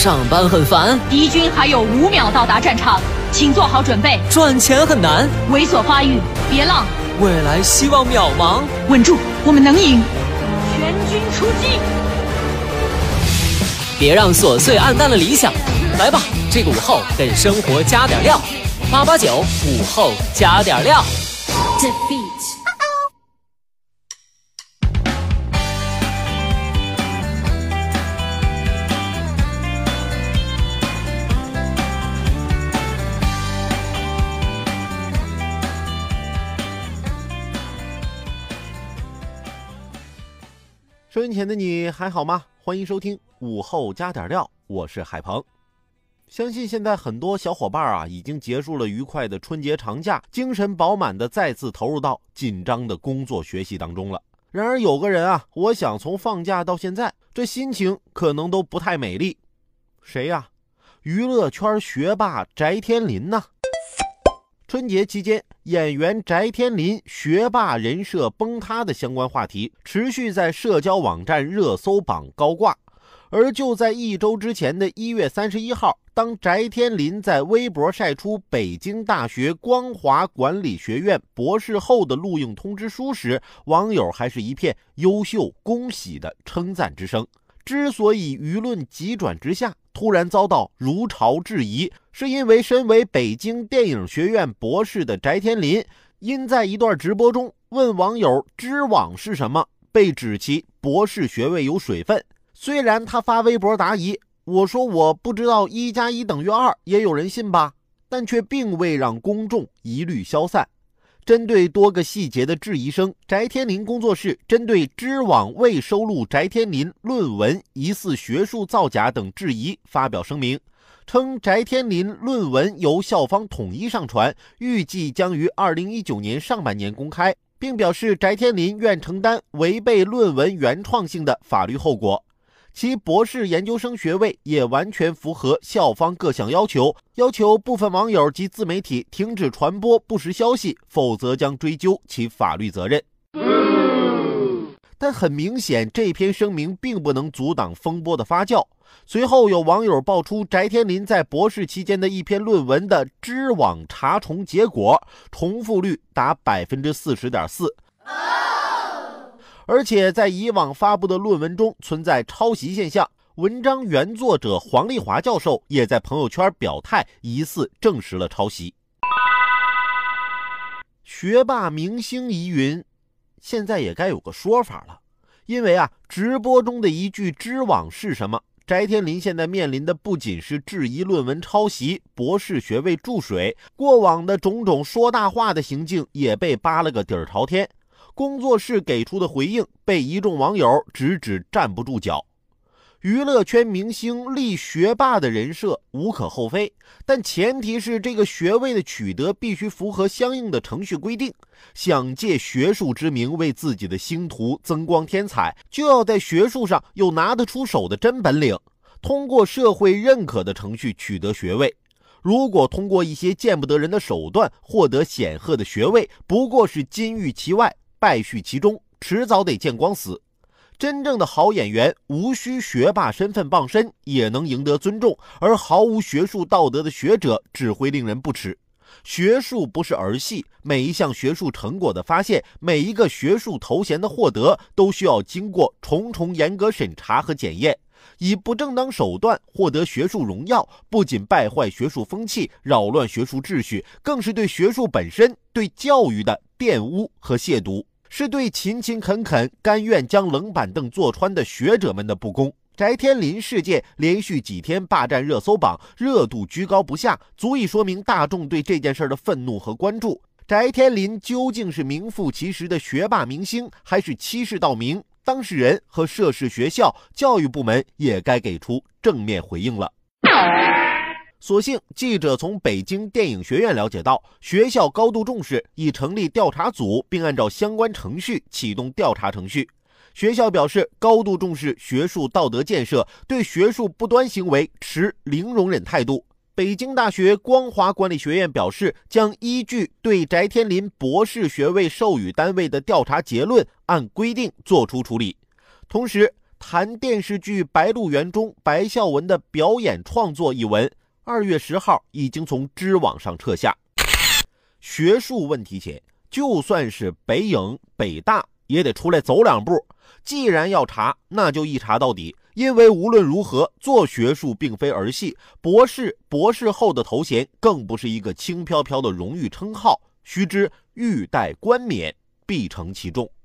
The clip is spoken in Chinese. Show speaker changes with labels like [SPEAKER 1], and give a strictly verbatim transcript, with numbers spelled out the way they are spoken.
[SPEAKER 1] 上班很烦，
[SPEAKER 2] 敌军还有五秒到达战场，请做好准备。
[SPEAKER 1] 赚钱很难，
[SPEAKER 2] 猥琐发育，别浪，
[SPEAKER 1] 未来希望渺茫。
[SPEAKER 2] 稳住，我们能赢！全军出击！
[SPEAKER 1] 别让琐碎暗淡了理想，来吧，这个午后给生活加点料。八八九午后加点料。Defeat。
[SPEAKER 3] 收音前的你还好吗？欢迎收听午后加点料，我是海鹏。相信现在很多小伙伴啊，已经结束了愉快的春节长假，精神饱满的再次投入到紧张的工作学习当中了。然而有个人啊，我想从放假到现在，这心情可能都不太美丽。谁呀？娱乐圈学霸翟天临呐。春节期间，演员翟天临学霸人设崩塌的相关话题持续在社交网站热搜榜高挂。而就在一周之前的一月三十一号，当翟天临在微博晒出北京大学光华管理学院博士后的录用通知书时，网友还是一片优秀恭喜的称赞之声。之所以舆论急转直下，突然遭到如潮质疑，是因为身为北京电影学院博士的翟天临，因在一段直播中问网友知网是什么，被指其博士学位有水分。虽然他发微博答疑，我说我不知道一加一等于二，也有人信吧，但却并未让公众疑虑消散。针对多个细节的质疑声，翟天临工作室针对知网未收录翟天临论文疑似学术造假等质疑发表声明，称翟天临论文由校方统一上传，预计将于二零一九年上半年公开，并表示翟天临愿承担违背论文原创性的法律后果。其博士研究生学位也完全符合校方各项要求，要求部分网友及自媒体停止传播不实消息，否则将追究其法律责任。但很明显，这篇声明并不能阻挡风波的发酵。随后有网友爆出翟天临在博士期间的一篇论文的知网查重结果，重复率达 百分之四十点四。而且在以往发布的论文中存在抄袭现象，文章原作者黄丽华教授也在朋友圈表态，疑似证实了抄袭。学霸明星疑云，现在也该有个说法了，因为啊，直播中的一句知网是什么，翟天临现在面临的不仅是质疑论文抄袭、博士学位注水，过往的种种说大话的行径也被扒了个底儿朝天。工作室给出的回应被一众网友直指站不住脚。娱乐圈明星立学霸的人设无可厚非，但前提是这个学位的取得必须符合相应的程序规定。想借学术之名为自己的星途增光添彩，就要在学术上有拿得出手的真本领，通过社会认可的程序取得学位。如果通过一些见不得人的手段获得显赫的学位，不过是金玉其外败絮其中，迟早得见光死。真正的好演员无需学霸身份傍身也能赢得尊重，而毫无学术道德的学者只会令人不齿。学术不是儿戏，每一项学术成果的发现，每一个学术头衔的获得，都需要经过重重严格审查和检验。以不正当手段获得学术荣耀，不仅败坏学术风气，扰乱学术秩序，更是对学术本身、对教育的玷污和亵渎，是对勤勤恳恳、甘愿将冷板凳坐穿的学者们的不公。翟天临事件连续几天霸占热搜榜，热度居高不下，足以说明大众对这件事的愤怒和关注。翟天临究竟是名副其实的学霸明星，还是欺世盗名？当事人和涉事学校、教育部门也该给出正面回应了。所幸记者从北京电影学院了解到，学校高度重视，已成立调查组，并按照相关程序启动调查程序。学校表示高度重视学术道德建设，对学术不端行为持零容忍态度。北京大学光华管理学院表示，将依据对翟天临博士学位授予单位的调查结论，按规定作出处理。同时， 谈电视剧《白鹿原》中白孝文的表演创作一文，二月十号已经从知网上撤下。学术问题前，就算是北影、北大也得出来走两步。既然要查，那就一查到底。因为无论如何，做学术并非儿戏，博士、博士后的头衔更不是一个轻飘飘的荣誉称号，须知欲戴冠冕，必承其重。